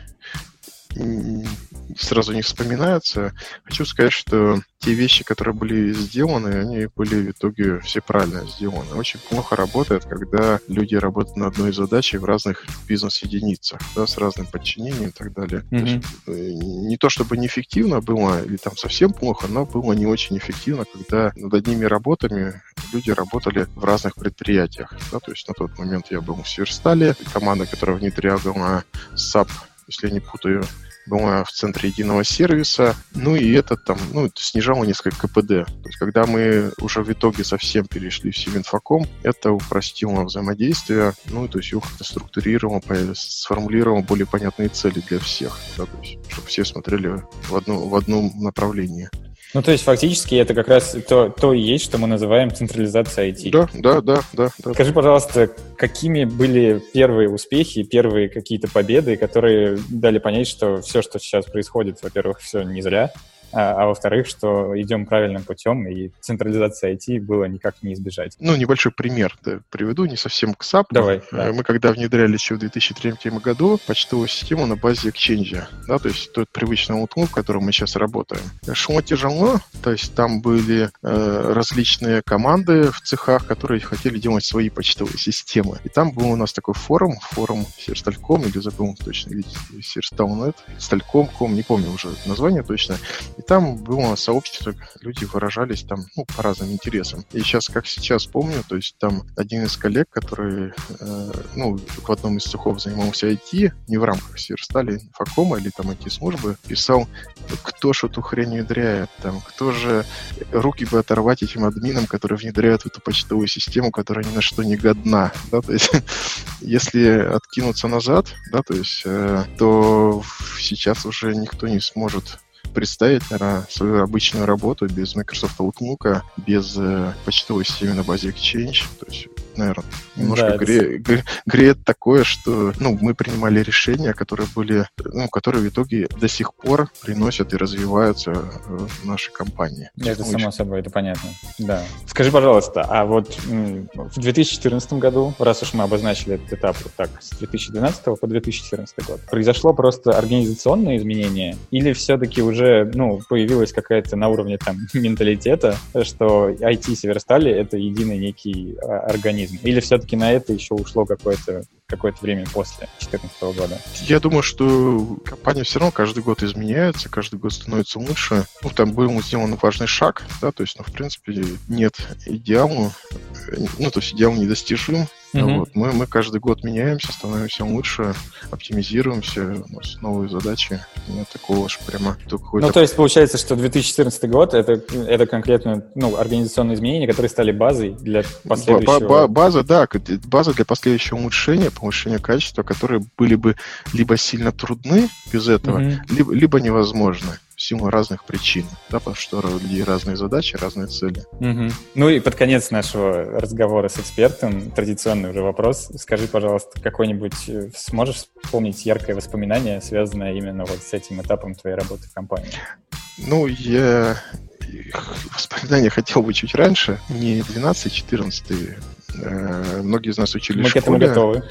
сразу не вспоминаются. Хочу сказать, что те вещи, которые были сделаны, они были в итоге все правильно сделаны. Очень плохо работает, когда люди работают над одной задачей в разных бизнес-единицах, да, с разным подчинением и так далее. Mm-hmm. То есть, не то чтобы неэффективно было или там совсем плохо, но было не очень эффективно, когда над одними работами люди работали в разных предприятиях. Да, то есть на тот момент я был в Северстале, команда, которая внедряла сап, если я не путаю, была в центре единого сервиса, ну и это там, ну, это снижало несколько ка пэ дэ. То есть, когда мы уже в итоге совсем перешли в Севинфоком, это упростило взаимодействие, ну, то есть, его как-то структурировало, сформулировало более понятные цели для всех, да, то есть, чтобы все смотрели в, одно, в одном направлении. Ну, то есть, фактически, это как раз то, то и есть, что мы называем централизацией ай ти. Да, да, да, да, да. Скажи, пожалуйста, какими были первые успехи, первые какие-то победы, которые дали понять, что все, что сейчас происходит, во-первых, все не зря, а, а во-вторых, что идем правильным путем, и централизации ай ти было никак не избежать. Ну, небольшой пример да, приведу, не совсем к сапу. Давай. Да. Мы когда внедряли еще в две тысячи третьем году почтовую систему на базе Exchange, да, то есть тот привычный Outlook, в котором мы сейчас работаем. Шло тяжело, то есть там были э, различные команды в цехах, которые хотели делать свои почтовые системы. И там был у нас такой форум, форум Северсталь.ком, или забыл точно, или Северсталь.нет, Сталь.ком, не помню уже название точно. И там было сообщество, люди выражались там, ну, по разным интересам. И сейчас, как сейчас помню, то есть там один из коллег, который, э, ну, в одном из цехов занимался ай ти, не в рамках Северстали, Инфокома или там ай ти-службы, писал, кто ж эту хрень внедряет, там, кто же руки бы оторвать этим админам, которые внедряют эту почтовую систему, которая ни на что не годна, да, то есть если откинуться назад, да, то есть, э, то сейчас уже никто не сможет представить, наверное, свою обычную работу без Microsoft Outlook, без э, почтовой системы на базе Exchange. То есть, наверное, немножко да, гре- гре- греет такое, что ну, мы принимали решения, которые были, ну, которые в итоге до сих пор приносят и развиваются в нашей компании. Это очень... само собой, это понятно. Да. Скажи, пожалуйста, а вот в две тысячи четырнадцатом году, раз уж мы обозначили этот этап вот так, с две тысячи двенадцатого по две тысячи четырнадцатый год, произошло просто организационное изменение или все-таки уже ну, появилась какая-то на уровне там менталитета, что ай ти Северстали — это единый некий организм? Или все-таки на это еще ушло какое-то какое-то время после две тысячи четырнадцатого года? Я думаю, что компания все равно каждый год изменяется, каждый год становится лучше. Ну, там был сделан важный шаг, да, то есть, ну, в принципе, нет идеала, ну, то есть идеал недостижим. Mm-hmm. Вот. Мы, мы каждый год меняемся, становимся лучше, оптимизируемся, у нас новые задачи. Нет такого уж прямо... Ну, то есть получается, что две тысячи четырнадцатый год это, это конкретно ну, организационные изменения, которые стали базой для последующего... Ба- ба- база, да, база для последующего улучшения, повышения качества, которые были бы либо сильно трудны без этого, mm-hmm. либо, либо невозможны. В силу разных причин, да, потому что у людей разные задачи, разные цели. Угу. Ну и под конец нашего разговора с экспертом традиционный уже вопрос. Скажи, пожалуйста, какой-нибудь сможешь вспомнить яркое воспоминание, связанное именно вот с этим этапом твоей работы в компании? Ну, я воспоминания хотел бы чуть раньше, не двенадцатый, четырнадцатый. Многие из нас учили Мы в школе. Мы к этому готовы.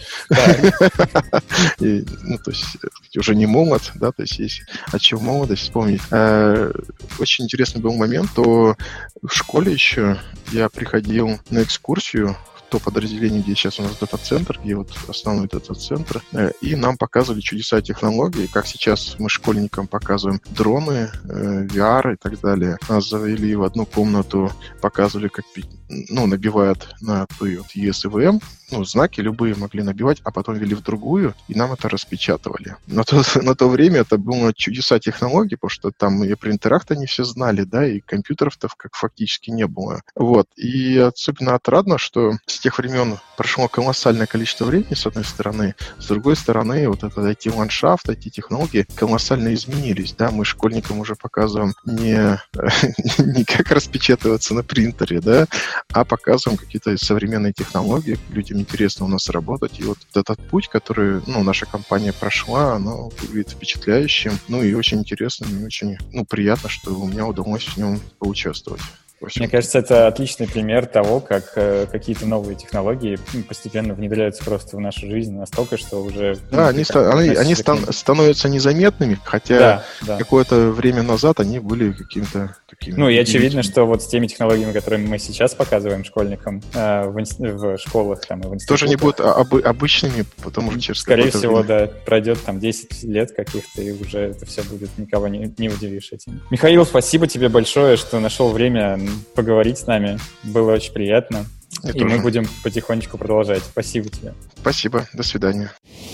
И, ну, то есть уже не молод, да, то есть есть от чего молодость вспомнить. Очень интересный был момент, то в школе еще я приходил на экскурсию в то подразделение, где сейчас у нас дата-центр, где вот основной дата-центр, и нам показывали чудеса технологий, как сейчас мы школьникам показываем дроны, ви ар и так далее. Нас завели в одну комнату, показывали, как ну, набивают на той вот и эс и ви эм, ну, знаки любые могли набивать, а потом ввели в другую, и нам это распечатывали. На то, на то время это было чудеса технологий, потому что там и принтерах-то не все знали, да, и компьютеров-то как фактически не было. Вот. И особенно отрадно, что с тех времен прошло колоссальное количество времени, с одной стороны, с другой стороны, вот этот ай ти-ландшафт, ай ти-технологии колоссально изменились, да, мы школьникам уже показываем не, не как распечатываться на принтере, да, а показываем какие-то современные технологии, людям интересно у нас работать, и вот этот путь, который, ну, наша компания прошла, оно выглядит впечатляющим, ну, и очень интересным, и очень, ну, приятно, что у меня удалось в нем поучаствовать. Мне кажется, это отличный пример того, как э, какие-то новые технологии постепенно внедряются просто в нашу жизнь настолько, что уже... Да, ну, они, ста- они, они стан- становятся незаметными, хотя да, да. какое-то время назад они были каким-то таким... Ну, и очевидно, что вот с теми технологиями, которые мы сейчас показываем школьникам э, в, инст- в школах там, и в институтах... Тоже не будут об- обычными, потому что через Скорее всего, время... да, пройдет там десять лет каких-то, и уже это все будет, никого не, не удивишь этим. Михаил, спасибо тебе большое, что нашел время поговорить с нами. Было очень приятно. Я и тоже. Мы будем потихонечку продолжать. Спасибо тебе. Спасибо. До свидания.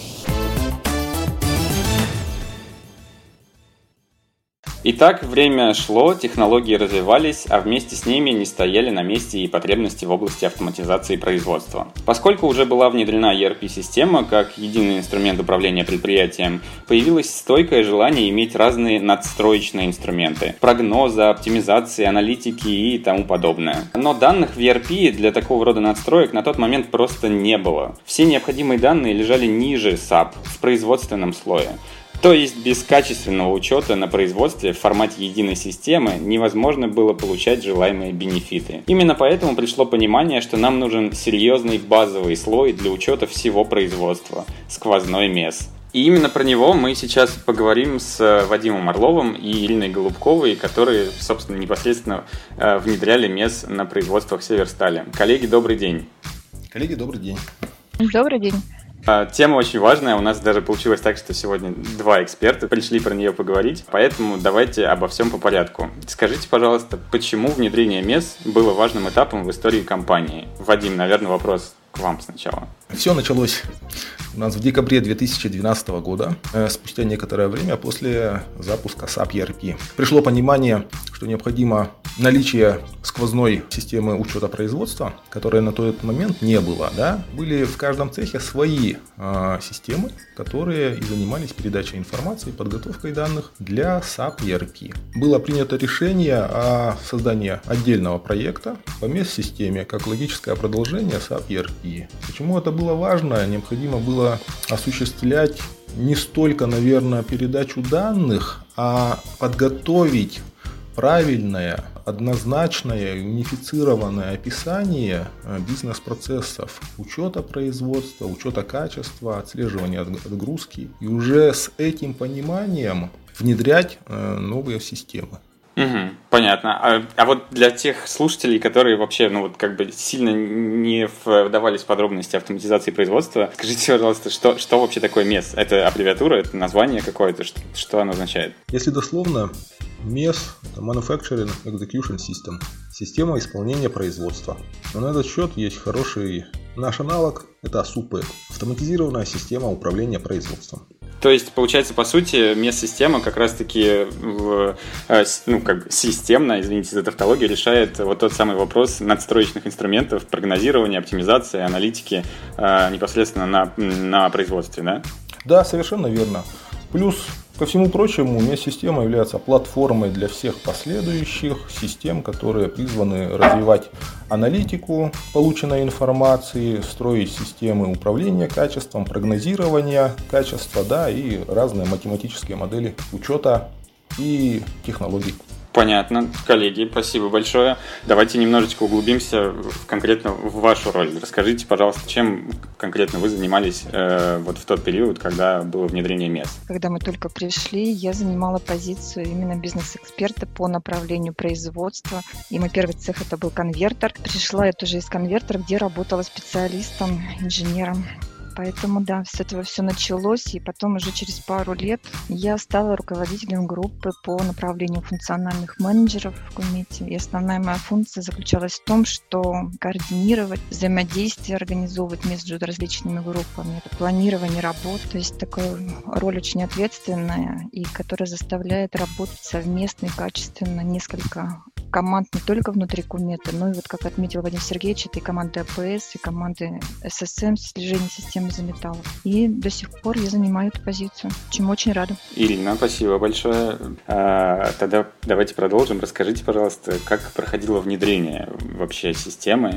Итак, время шло, технологии развивались, а вместе с ними не стояли на месте и потребности в области автоматизации производства. Поскольку уже была внедрена и ар пи-система как единый инструмент управления предприятием, появилось стойкое желание иметь разные надстроечные инструменты – прогнозы, оптимизации, аналитики и тому подобное. Но данных в и ар пи для такого рода надстроек на тот момент просто не было. Все необходимые данные лежали ниже сап, в производственном слое. То есть без качественного учета на производстве в формате единой системы невозможно было получать желаемые бенефиты. Именно поэтому пришло понимание, что нам нужен серьезный базовый слой для учета всего производства – сквозной мес. И именно про него мы сейчас поговорим с Вадимом Орловым и Ириной Голубковой, которые, собственно, непосредственно внедряли мес на производствах Северстали. Коллеги, добрый день. Коллеги, добрый день. Добрый день. Тема очень важная, у нас даже получилось так, что сегодня два эксперта пришли про нее поговорить, поэтому давайте обо всем по порядку. Скажите, пожалуйста, почему внедрение мес было важным этапом в истории компании? Вадим, наверное, вопрос к вам сначала. Все началось у нас в декабре две тысячи двенадцатого года, спустя некоторое время после запуска сап и ар пи. Пришло понимание, что необходимо наличие сквозной системы учета производства, которой на тот момент не было. Да? Были в каждом цехе свои э, системы, которые и занимались передачей информации, подготовкой данных для сап и ар пи. Было принято решение о создании отдельного проекта по мес-системе, как логическое продолжение сап и ар пи. Почему это было важно? Необходимо было осуществлять не столько, наверное, передачу данных, а подготовить правильное, однозначное, унифицированное описание бизнес-процессов учета производства, учета качества, отслеживания отгрузки. И уже с этим пониманием внедрять новые системы. Угу, понятно. А, а вот для тех слушателей, которые вообще, ну вот как бы сильно не вдавались в подробности автоматизации производства, скажите, пожалуйста, что, что вообще такое мес? Это аббревиатура, это название какое-то, что, что оно означает? Если дословно, мес – это Manufacturing Execution System, система исполнения производства. Но на этот счет есть хороший наш аналог – это АСУПЭК, автоматизированная система управления производством. То есть, получается, по сути, мес-система как раз-таки в, ну, как системно, извините за тавтологию, решает вот тот самый вопрос надстроечных инструментов, прогнозирования, оптимизации, аналитики непосредственно на, на производстве, да? Да, совершенно верно. Плюс, ко всему прочему, мес-система является платформой для всех последующих систем, которые призваны развивать аналитику полученной информации, строить системы управления качеством, прогнозирования качества, да, и разные математические модели учета и технологий. Понятно. Коллеги, спасибо большое. Давайте немножечко углубимся в, конкретно в вашу роль. Расскажите, пожалуйста, чем конкретно вы занимались э, вот в тот период, когда было внедрение эм и эс? Когда мы только пришли, я занимала позицию именно бизнес-эксперта по направлению производства. И мой первый цех это был конвертер. Пришла я тоже из конвертера, где работала специалистом, инженером. Поэтому, да, с этого все началось, и потом уже через пару лет я стала руководителем группы по направлению функциональных менеджеров в Кумете. И основная моя функция заключалась в том, что координировать взаимодействие, организовывать между различными группами, это планирование работ. То есть такая роль очень ответственная, и которая заставляет работать совместно и качественно несколько команд не только внутри Кумета, но и, вот как отметил Вадим Сергеевич, это и команды а пэ эс, и команды эс эс эм, слежение системы за металлом. И до сих пор я занимаю эту позицию, чему очень рада. Ирина, спасибо большое. А, тогда давайте продолжим. Расскажите, пожалуйста, как проходило внедрение вообще системы?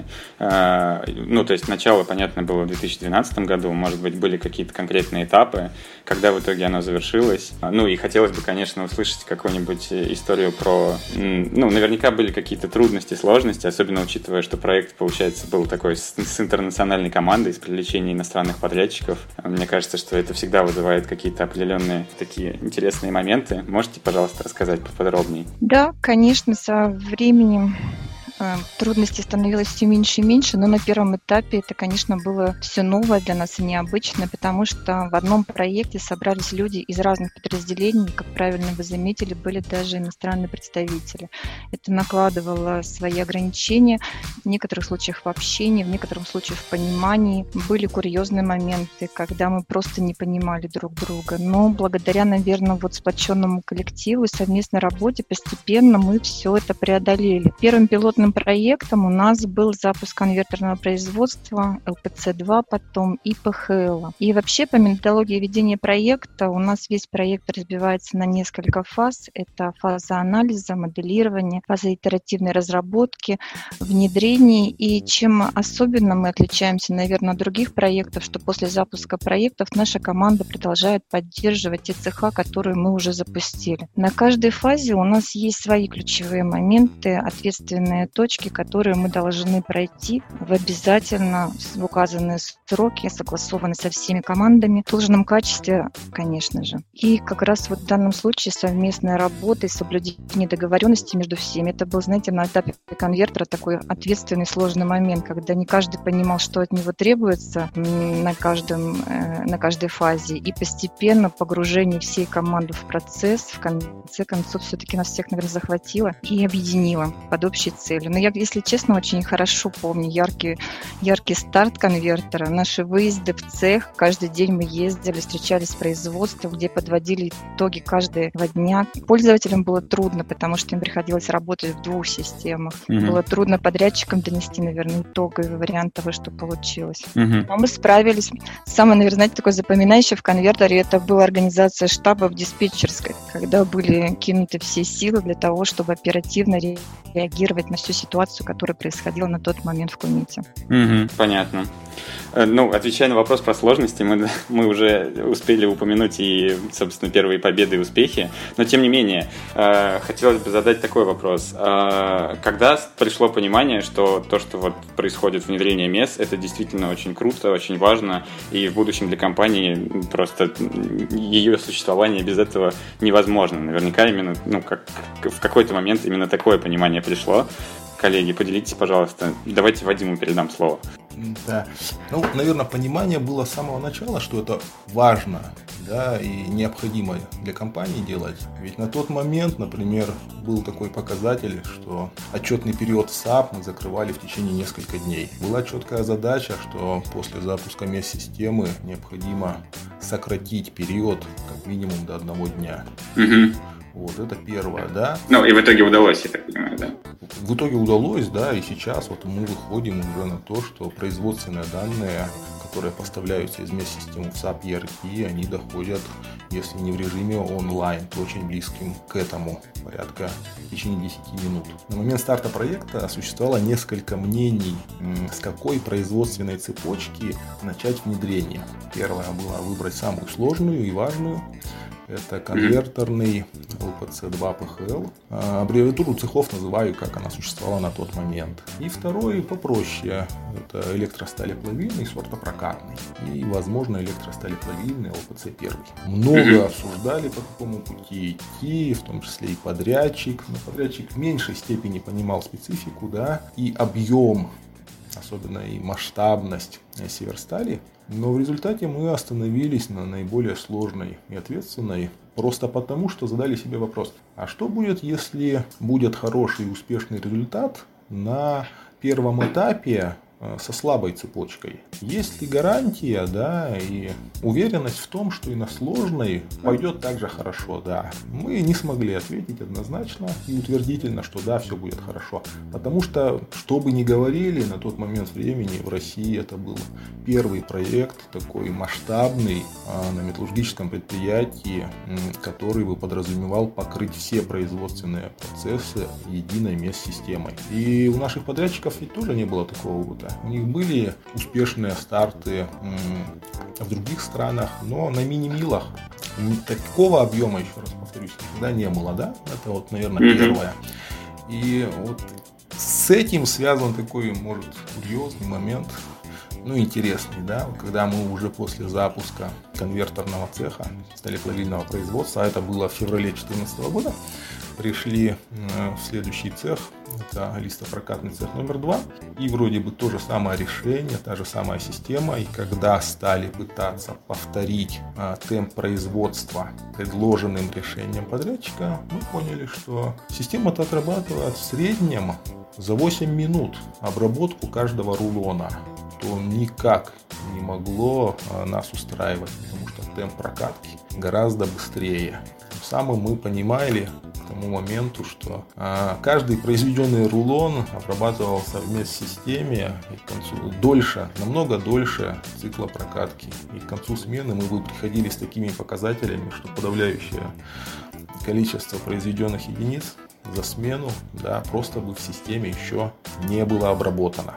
А, ну, то есть начало, понятно, было в две тысячи двенадцатом году, может быть, были какие-то конкретные этапы, когда в итоге оно завершилось. Ну, и хотелось бы, конечно, услышать какую-нибудь историю про... Ну, наверняка были какие-то трудности, сложности, особенно учитывая, что проект, получается, был такой с, с интернациональной командой, с привлечением иностранных подрядчиков. Мне кажется, что это всегда вызывает какие-то определенные такие интересные моменты. Можете, пожалуйста, рассказать поподробнее? Да, конечно, со временем трудностей становилось все меньше и меньше, но на первом этапе это, конечно, было все новое для нас и необычно, потому что в одном проекте собрались люди из разных подразделений, как правильно вы заметили, были даже иностранные представители. Это накладывало свои ограничения, в некоторых случаях в общении, в некоторых случаях в понимании. Были курьезные моменты, когда мы просто не понимали друг друга, но благодаря, наверное, вот сплоченному коллективу и совместной работе постепенно мы все это преодолели. Первым пилотным проектом у нас был запуск конвертерного производства, эл пэ цэ два потом и пэ ха эл. И вообще по методологии ведения проекта у нас весь проект разбивается на несколько фаз. Это фаза анализа, моделирования, фаза итеративной разработки, внедрения. И чем особенно мы отличаемся, наверное, от других проектов, что после запуска проектов наша команда продолжает поддерживать те цеха, которые мы уже запустили. На каждой фазе у нас есть свои ключевые моменты, ответственные точки, которые мы должны пройти в обязательно в указанные сроки, согласованные со всеми командами, в должном качестве, конечно же. И как раз вот в данном случае совместная работа и соблюдение договоренности между всеми, это был, знаете, на этапе конвертера такой ответственный сложный момент, когда не каждый понимал, что от него требуется на, каждом, на каждой фазе, и постепенно погружение всей команды в процесс, в конце концов, все-таки нас всех, наверное, захватило и объединило под общей целью. Но я, если честно, очень хорошо помню яркий, яркий старт конвертера, наши выезды в цех. Каждый день мы ездили, встречались с производством, где подводили итоги каждого дня. Пользователям было трудно, потому что им приходилось работать в двух системах. Mm-hmm. Было трудно подрядчикам донести, наверное, итоговый вариант того, что получилось. Mm-hmm. Но мы справились. Самое, наверное, знаете, такое запоминающее в конвертере, это была организация штаба в диспетчерской, когда были кинуты все силы для того, чтобы оперативно реагировать на всю ситуацию, которая происходила на тот момент в Кумете. Угу, понятно. Ну, отвечая на вопрос про сложности, мы, мы уже успели упомянуть и, собственно, первые победы и успехи, но, тем не менее, э, хотелось бы задать такой вопрос. Э, когда пришло понимание, что то, что вот происходит внедрение эм и эс, это действительно очень круто, очень важно, и в будущем для компании просто ее существование без этого невозможно. Наверняка именно, ну, как, в какой-то момент именно такое понимание пришло. Коллеги, поделитесь, пожалуйста. Давайте Вадиму передам слово. Да. Ну, наверное, понимание было с самого начала, что это важно, да, и необходимо для компании делать. Ведь на тот момент, например, был такой показатель, что отчетный период в сап мы закрывали в течение нескольких дней. Была четкая задача, что после запуска эм и эс-системы необходимо сократить период как минимум до одного дня. Угу. Вот, это первое, да. Ну, и в итоге удалось, я так понимаю, да? В итоге удалось, да, и сейчас вот мы выходим уже на то, что производственные данные, которые поставляются из эм и эс-системы в сап и и ар пи, они доходят, если не в режиме онлайн, то очень близким к этому, порядка в течение десяти минут. На момент старта проекта существовало несколько мнений, с какой производственной цепочки начать внедрение. Первое было выбрать самую сложную и важную. Это конвертерный эл пи си два пэ ха эл. Аббревиатуру цехов называю, как она существовала на тот момент. И второй попроще. Это электросталеплавильный, сортопрокатный. И, возможно, электросталеплавильный эл пи си один. Много обсуждали, по какому пути идти, в том числе и подрядчик. Но подрядчик в меньшей степени понимал специфику, да, и объем, особенно и масштабность Северстали. Но в результате мы остановились на наиболее сложной и ответственной, просто потому, что задали себе вопрос: а что будет, если будет хороший и успешный результат на первом этапе со слабой цепочкой? Есть ли гарантия, да, и уверенность в том, что и на сложной пойдет так же хорошо, да? Мы не смогли ответить однозначно и утвердительно, что да, все будет хорошо. Потому что, что бы ни говорили, на тот момент времени в России это был первый проект, такой масштабный, на металлургическом предприятии, который бы подразумевал покрыть все производственные процессы единой мест-системой. И у наших подрядчиков ведь тоже не было такого опыта. У них были успешные старты в других странах, но на мини-милах. Такого объема, еще раз повторюсь, никогда не было, да? Это вот, наверное, первое. И вот с этим связан такой, может, курьезный момент, ну, интересный, да, когда мы уже после запуска конвертерного цеха сталеплавильного производства, а это было в феврале две тысячи четырнадцатого года, пришли в следующий цех, это листопрокатный цех номер два, и вроде бы то же самое решение, та же самая система, и когда стали пытаться повторить а, темп производства предложенным решением подрядчика, мы поняли, что система-то отрабатывает в среднем за восемь минут обработку каждого рулона, то никак не могло а, нас устраивать, потому что темп прокатки гораздо быстрее. Тем самым мы понимали к тому моменту, что а, каждый произведенный рулон обрабатывался в мест-системе и к концу дольше, намного дольше цикла прокатки. И к концу смены мы бы приходили с такими показателями, что подавляющее количество произведенных единиц за смену, да, просто бы в системе еще не было обработано.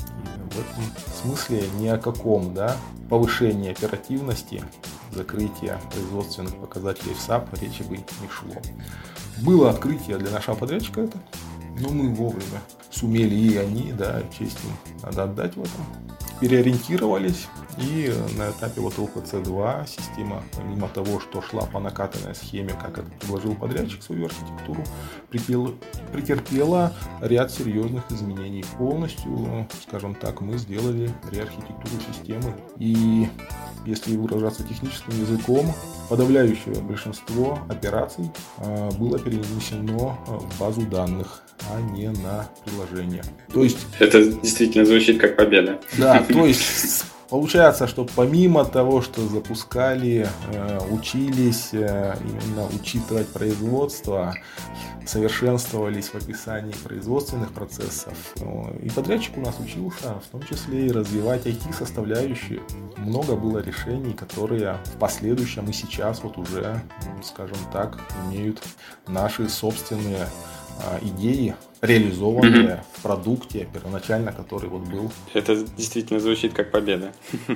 И в этом смысле ни о каком, да, повышении оперативности, закрытия производственных показателей в САП речи бы не шло. Было открытие для нашего подрядчика это, но мы вовремя сумели, и они, да, честь им надо отдать в этом, переориентировались. И на этапе вот эл пи си два система, помимо того, что шла по накатанной схеме, как это предложил подрядчик свою архитектуру, претерпела, претерпела ряд серьезных изменений. Полностью, скажем так, мы сделали реархитектуру системы. И если выражаться техническим языком, подавляющее большинство операций э, было перенесено в базу данных, а не на приложение. То есть это действительно звучит как победа. Да, то есть получается, что помимо того, что запускали, э, учились э, именно учитывать производство, совершенствовались в описании производственных процессов, э, и подрядчик у нас учился, в том числе и развивать ай ти-составляющие. Много было решений, которые в последующем и сейчас вот уже, скажем так, имеют наши собственные э, идеи, реализованные mm-hmm. в продукте первоначально, который вот был. Это действительно звучит как победа.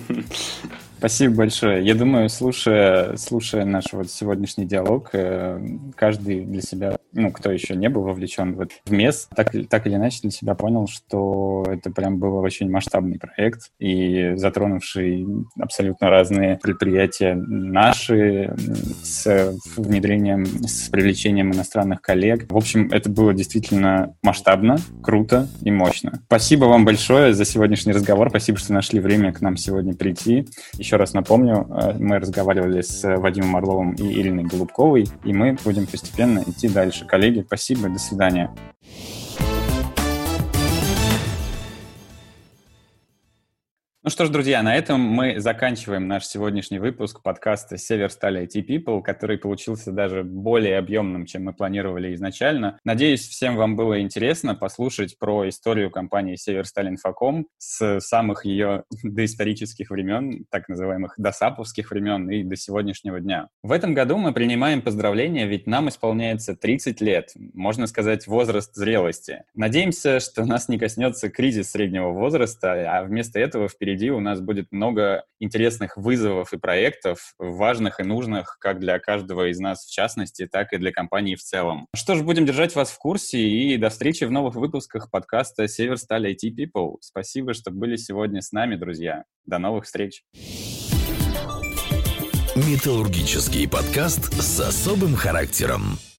Спасибо большое. Я думаю, слушая, слушая наш вот сегодняшний диалог, каждый для себя, ну, кто еще не был вовлечен в этот вмес, так, так или иначе для себя понял, что это прям был очень масштабный проект и затронувший абсолютно разные предприятия наши с внедрением, с привлечением иностранных коллег. В общем, это было действительно масштабно, круто и мощно. Спасибо вам большое за сегодняшний разговор. Спасибо, что нашли время к нам сегодня прийти. Еще раз напомню, мы разговаривали с Вадимом Орловым и Ириной Голубковой, и мы будем постепенно идти дальше. Коллеги, спасибо, до свидания. Ну что ж, друзья, на этом мы заканчиваем наш сегодняшний выпуск подкаста Северсталь ай ти People, который получился даже более объемным, чем мы планировали изначально. Надеюсь, всем вам было интересно послушать про историю компании Северсталь Инфоком с самых ее доисторических времен, так называемых досаповских времен и до сегодняшнего дня. В этом году мы принимаем поздравления, ведь нам исполняется тридцать лет, можно сказать, возраст зрелости. Надеемся, что нас не коснется кризис среднего возраста, а вместо этого впереди впереди. У нас будет много интересных вызовов и проектов, важных и нужных как для каждого из нас в частности, так и для компании в целом. Что ж, будем держать вас в курсе, и до встречи в новых выпусках подкаста «Северсталь ай ти People». Спасибо, что были сегодня с нами, друзья. До новых встреч! Металлургический подкаст с особым характером.